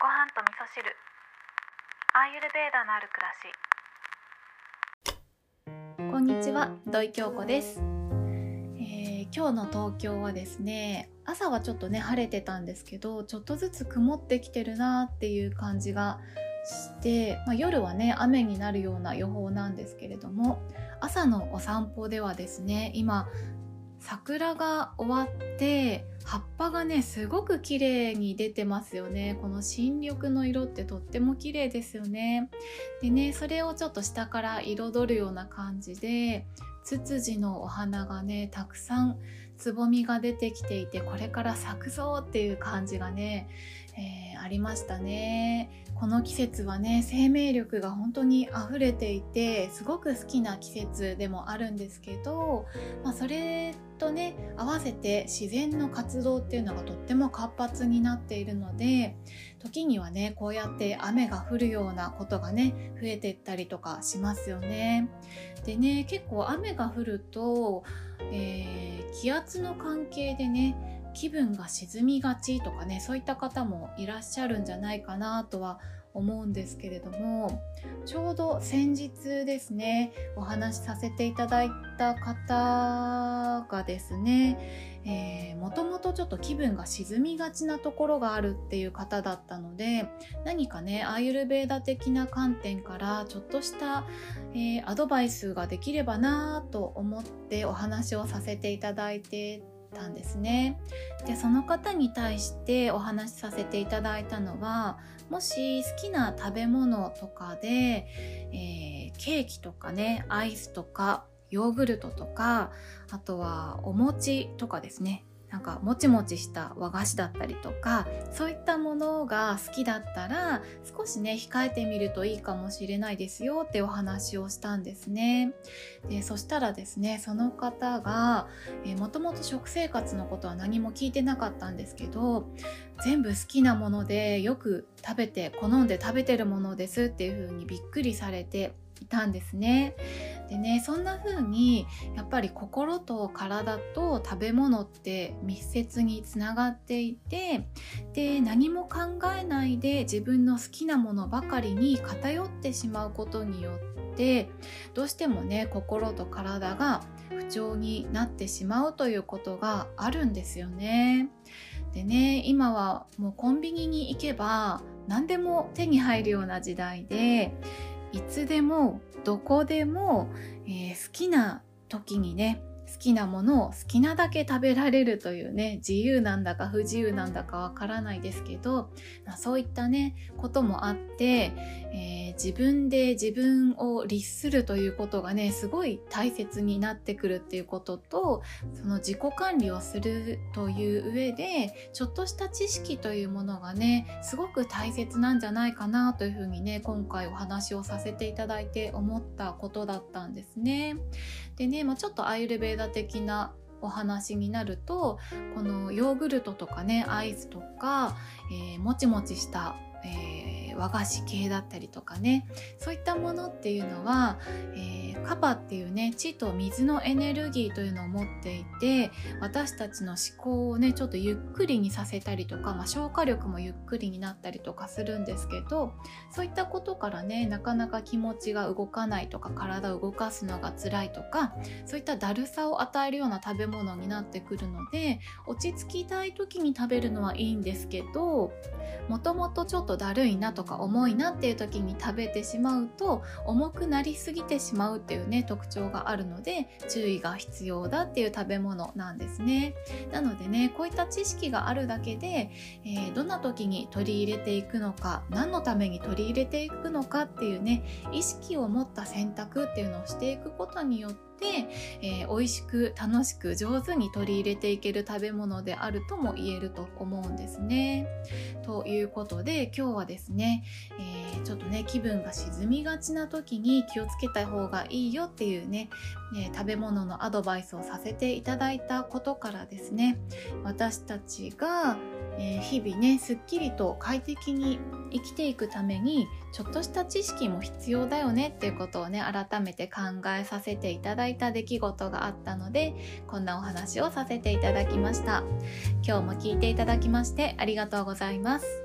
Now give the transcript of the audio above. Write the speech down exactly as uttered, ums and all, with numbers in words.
ご飯と味噌汁、アーユルベーダのある暮らし。 こんにちは、土井京子です、えー、今日の東京はですね、朝はちょっとね晴れてたんですけど、ちょっとずつ曇ってきてるなっていう感じがして、まあ、夜はね雨になるような予報なんですけれども、朝のお散歩ではですね、今桜が終わって葉っぱがねすごく綺麗に出てますよね。この新緑の色ってとっても綺麗ですよね。でね、それをちょっと下から彩るような感じで、ツツジのお花がねたくさんつぼみが出てきていて、これから咲くぞっていう感じがね、えー、ありましたね。この季節はね生命力が本当に溢れていて、すごく好きな季節でもあるんですけど、まあ、それとね合わせて自然の活動っていうのがとっても活発になっているので、時にはねこうやって雨が降るようなことがね増えていったりとかしますよね。でね、結構雨が降ると、えー、気圧の関係でね気分が沈みがちとかね、そういった方もいらっしゃるんじゃないかなとは思うんですけれども、ちょうど先日ですねお話しさせていただいた方がですね、えー、もともとちょっと気分が沈みがちなところがあるっていう方だったので、何かねアーユルヴェーダ的な観点からちょっとした、えー、アドバイスができればなと思ってお話をさせていただいてたんですね。で、その方に対してお話しさせていただいたのは、もし好きな食べ物とかで、えー、ケーキとかね、アイスとかヨーグルトとか、あとはお餅とかですね、なんかもちもちした和菓子だったりとか、そういったものが好きだったら少しね控えてみるといいかもしれないですよってお話をしたんですね。で、そしたらですね、その方が、えー、もともと食生活のことは何も聞いてなかったんですけど、全部好きなものでよく食べて好んで食べてるものですっていう風にびっくりされていたんですね。でね、そんな風にやっぱり心と体と食べ物って密接につながっていて、で何も考えないで自分の好きなものばかりに偏ってしまうことによって、どうしてもね心と体が不調になってしまうということがあるんですよね。でね、今はもうコンビニに行けば何でも手に入るような時代で、いつでもどこでも、えー、好きな時にね好きなものを好きなだけ食べられるというね、自由なんだか不自由なんだかわからないですけど、まあ、そういったねこともあって、えー、自分で自分を律するということがねすごい大切になってくるっていうことと、その自己管理をするという上でちょっとした知識というものがねすごく大切なんじゃないかなというふうにね、今回お話をさせていただいて思ったことだったんですね。でね、まあ、ちょっとアーユルヴェーダ的なお話になると、このヨーグルトとかねアイスとか、えー、もちもちした、えー、和菓子系だったりとかね、そういったものっていうのは、えー、カパっていうね地と水のエネルギーというのを持っていて、私たちの思考をねちょっとゆっくりにさせたりとか、まあ、消化力もゆっくりになったりとかするんですけど、そういったことからねなかなか気持ちが動かないとか、体を動かすのが辛いとか、そういっただるさを与えるような食べ物になってくるので、落ち着きたい時に食べるのはいいんですけど、もともとちょっとだるいなとか重いなっていう時に食べてしまうと重くなりすぎてしまうっていうね特徴があるので、注意が必要だっていう食べ物なんですね。なのでね、こういった知識があるだけで、えー、どんな時に取り入れていくのか、何のために取り入れていくのかっていうね意識を持った選択っていうのをしていくことによって、えー、美味しく楽しく上手に取り入れていける食べ物であるとも言えると思うんですね。ということで今日はですね、えー、ちょっとね気分が沈みがちな時に気をつけた方がいいよっていうね、えー、食べ物のアドバイスをさせていただいたことからですね、私たちがえー、日々ねすっきりと快適に生きていくためにちょっとした知識も必要だよねっていうことをね改めて考えさせていただいた出来事があったので、こんなお話をさせていただきました。今日も聞いていただきましてありがとうございます。